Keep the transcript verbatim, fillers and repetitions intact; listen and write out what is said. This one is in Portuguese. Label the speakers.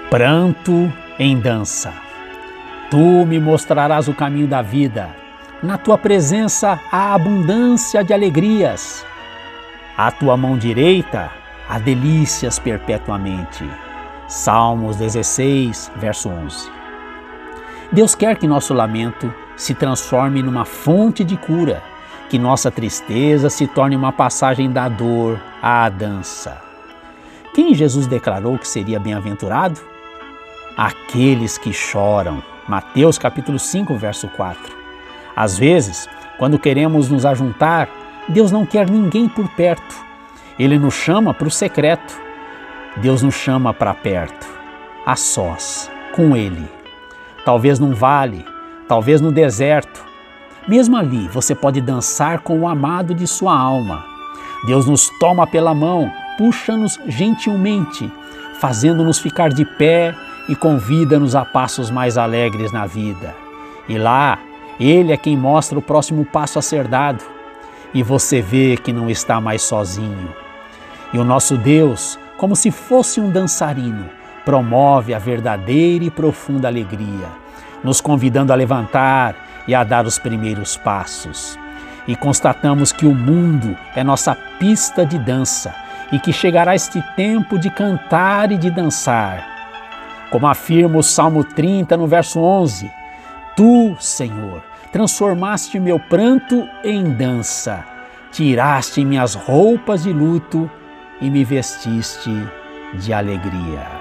Speaker 1: Pranto em dança. Tu me mostrarás o caminho da vida. Na tua presença há abundância de alegrias. À tua mão direita há delícias perpetuamente. Salmos dezesseis, verso onze. Deus quer que nosso lamento se transforme numa fonte de cura, que nossa tristeza se torne uma passagem da dor à dança. Quem Jesus declarou que seria bem-aventurado? Aqueles que choram. Mateus capítulo cinco, verso quatro. Às vezes, quando queremos nos ajuntar, Deus não quer ninguém por perto. Ele nos chama para o secreto. Deus nos chama para perto, a sós, com Ele. Talvez num vale, talvez no deserto. Mesmo ali, você pode dançar com o amado de sua alma. Deus nos toma pela mão, puxa-nos gentilmente, fazendo-nos ficar de pé e convida-nos a passos mais alegres na vida. E lá, Ele é quem mostra o próximo passo a ser dado. E você vê que não está mais sozinho. E o nosso Deus, como se fosse um dançarino, promove a verdadeira e profunda alegria, nos convidando a levantar e a dar os primeiros passos. E constatamos que o mundo é nossa pista de dança e que chegará este tempo de cantar e de dançar. Como afirma o Salmo trinta, no verso onze, Tu, Senhor, transformaste meu pranto em dança, tiraste minhas roupas de luto e me vestiste de alegria.